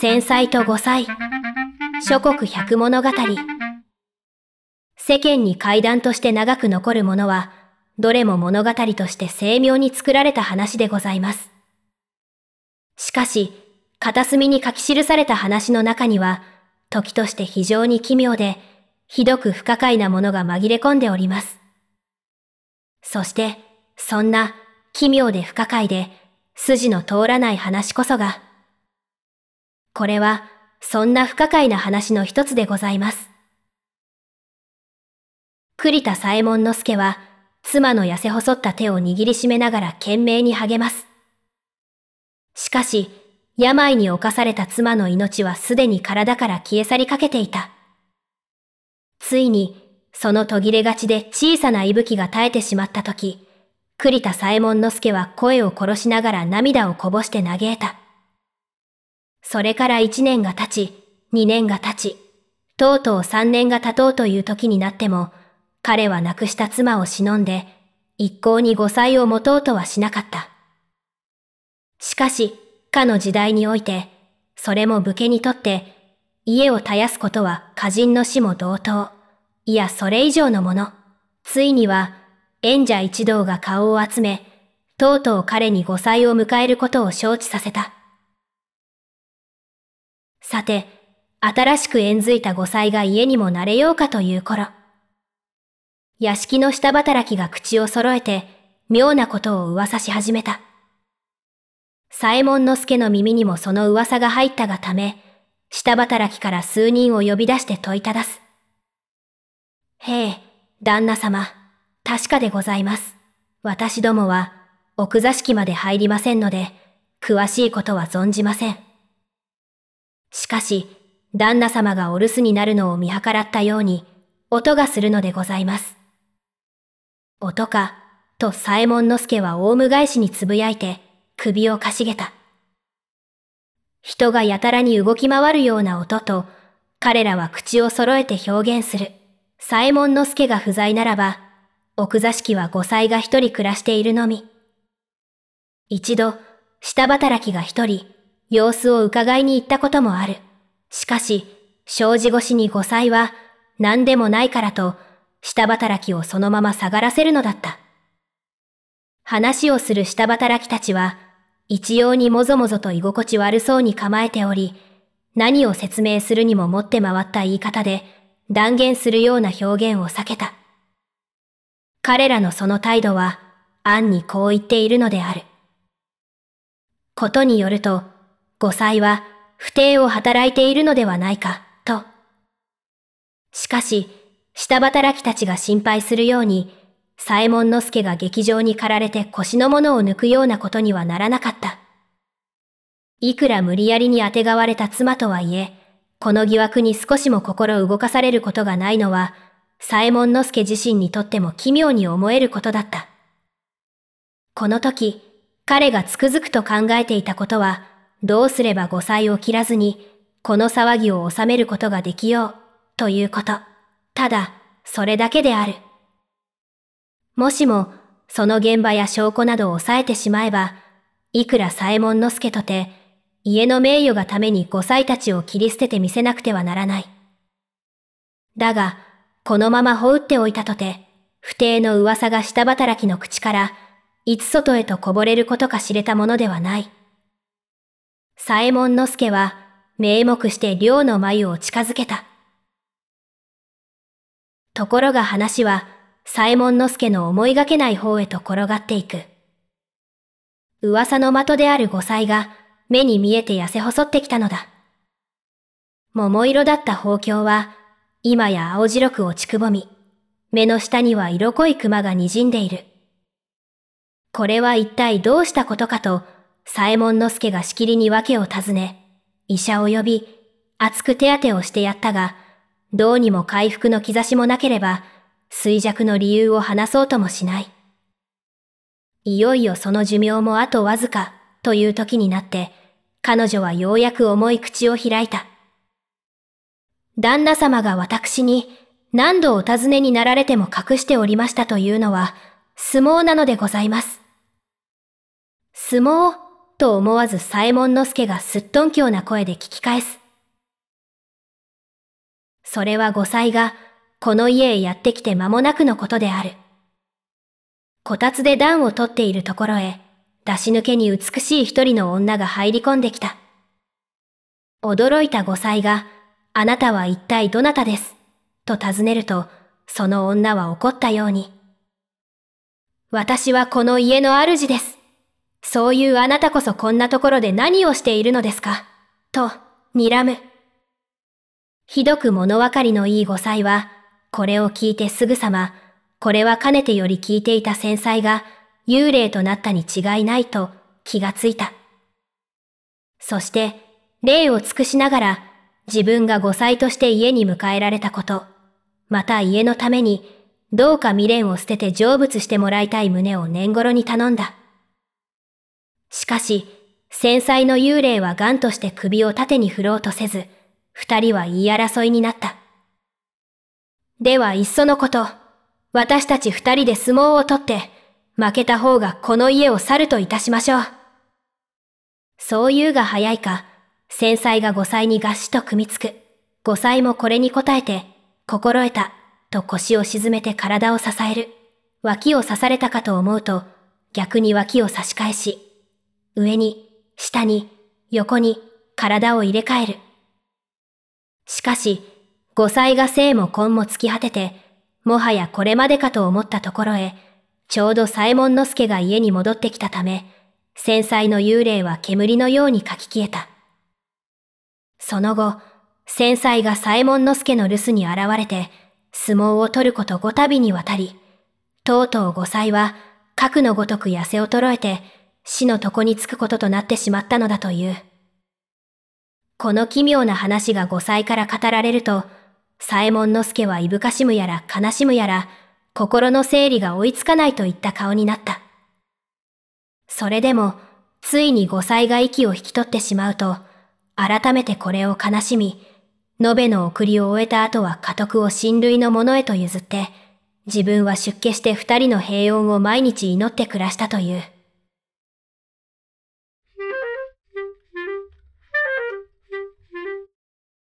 戦災と5歳。諸国百物語。世間に怪談として長く残るものは、どれも物語として精妙に作られた話でございます。しかし、片隅に書き記された話の中には、時として非常に奇妙で、ひどく不可解なものが紛れ込んでおります。そして、そんな奇妙で不可解で、筋の通らない話こそが、これは、そんな不可解な話の一つでございます。栗田左衛門佐助は、妻の痩せ細った手を握りしめながら懸命に励ます。しかし、病に侵された妻の命はすでに体から消え去りかけていた。ついに、その途切れがちで小さな息吹が絶えてしまったとき、栗田左衛門佐は声を殺しながら涙をこぼして嘆いた。それから1年が経ち、2年が経ち、とうとう3年が経とうという時になっても、彼は亡くした妻を偲んで、一向に後妻を持とうとはしなかった。しかし、かの時代において、それも武家にとって、家を絶やすことは家人の死も同等、いやそれ以上のもの。ついには、縁者一同が顔を集め、とうとう彼に後妻を迎えることを承知させた。さて、新しく縁づいた後妻が家にも慣れようかという頃、屋敷の下働きが口を揃えて、妙なことを噂し始めた。左衛門佐の耳にもその噂が入ったがため、下働きから数人を呼び出して問いただす。へえ、旦那様、確かでございます。私どもは、奥座敷まで入りませんので、詳しいことは存じません。しかし、旦那様がお留守になるのを見計らったように、音がするのでございます。音か、と左衛門佐はオウム返しにつぶやいて、首をかしげた。人がやたらに動き回るような音と、彼らは口を揃えて表現する。左衛門佐が不在ならば、奥座敷は後妻が一人暮らしているのみ。一度、下働きが一人、様子を伺いに行ったこともある。しかし、障子越しに後妻は、何でもないからと、下働きをそのまま下がらせるのだった。話をする下働きたちは、一様にもぞもぞと居心地悪そうに構えており、何を説明するにも持って回った言い方で、断言するような表現を避けた。彼らのその態度は、暗にこう言っているのである。ことによると、後妻は不貞を働いているのではないか、と。しかし、下働きたちが心配するように、左衛門佐が劇場に駆られて腰のものを抜くようなことにはならなかった。いくら無理やりにあてがわれた妻とはいえ、この疑惑に少しも心動かされることがないのは、左衛門佐自身にとっても奇妙に思えることだった。この時、彼がつくづくと考えていたことは、どうすれば後妻を切らずに、この騒ぎを収めることができよう、ということ。ただ、それだけである。もしも、その現場や証拠などを抑えてしまえば、いくら左衛門佐とて、家の名誉がために後妻たちを切り捨ててみせなくてはならない。だが、このまま放っておいたとて、不貞の噂が下働きの口から、いつ外へとこぼれることか知れたものではない。左衛門佐は、名目して両の眉を近づけた。ところが話は、左衛門佐の思いがけない方へと転がっていく。噂の的である後妻が目に見えて痩せ細ってきたのだ。桃色だった宝鏡は今や青白く落ちくぼみ、目の下には色濃いクマが滲んでいる。これは一体どうしたことかと左衛門佐がしきりに訳を尋ね、医者を呼び厚く手当てをしてやったが、どうにも回復の兆しもなければ、衰弱の理由を話そうともしない。いよいよその寿命もあとわずかという時になって、彼女はようやく重い口を開いた。旦那様が私に何度お尋ねになられても隠しておりましたというのは相撲なのでございます。相撲と思わず左衛門佐がすっとんきょうな声で聞き返す。それは後妻がこの家へやってきて間もなくのことである。こたつで暖をとっているところへ、出し抜けに美しい一人の女が入り込んできた。驚いた後妻が、あなたは一体どなたです、と尋ねると、その女は怒ったように。私はこの家の主です。そういうあなたこそこんなところで何をしているのですか、と、睨む。ひどく物分かりのいい後妻は、これを聞いてすぐさま、これはかねてより聞いていた先妻が、幽霊となったに違いないと気がついた。そして、礼を尽くしながら、自分が後妻として家に迎えられたこと、また家のために、どうか未練を捨てて成仏してもらいたい旨を年頃に頼んだ。しかし、繊細の幽霊は頑として首を縦に振ろうとせず、二人は言い争いになった。ではいっそのこと、私たち二人で相撲を取って、負けた方がこの家を去るといたしましょう。そう言うが早いか、繊細が後妻にがっしと組みつく。後妻もこれに応えて、心得た、と腰を沈めて体を支える。脇を刺されたかと思うと、逆に脇を差し返し、上に、下に、横に、体を入れ替える。しかし、後妻が生も根も突き果てて、もはやこれまでかと思ったところへ、ちょうど左衛門佐が家に戻ってきたため、繊細の幽霊は煙のようにかき消えた。その後、繊細が左衛門佐の留守に現れて、相撲を取ること5度にわたり、とうとう後妻は、核のごとく痩せ衰えて、死の床につくこととなってしまったのだという。この奇妙な話が後妻から語られると、左衛門佐はいぶかしむやら悲しむやら、心の整理が追いつかないといった顔になった。それでも、ついに後妻が息を引き取ってしまうと、改めてこれを悲しみ、延べの送りを終えた後は家督を親類の者へと譲って、自分は出家して二人の平穏を毎日祈って暮らしたという。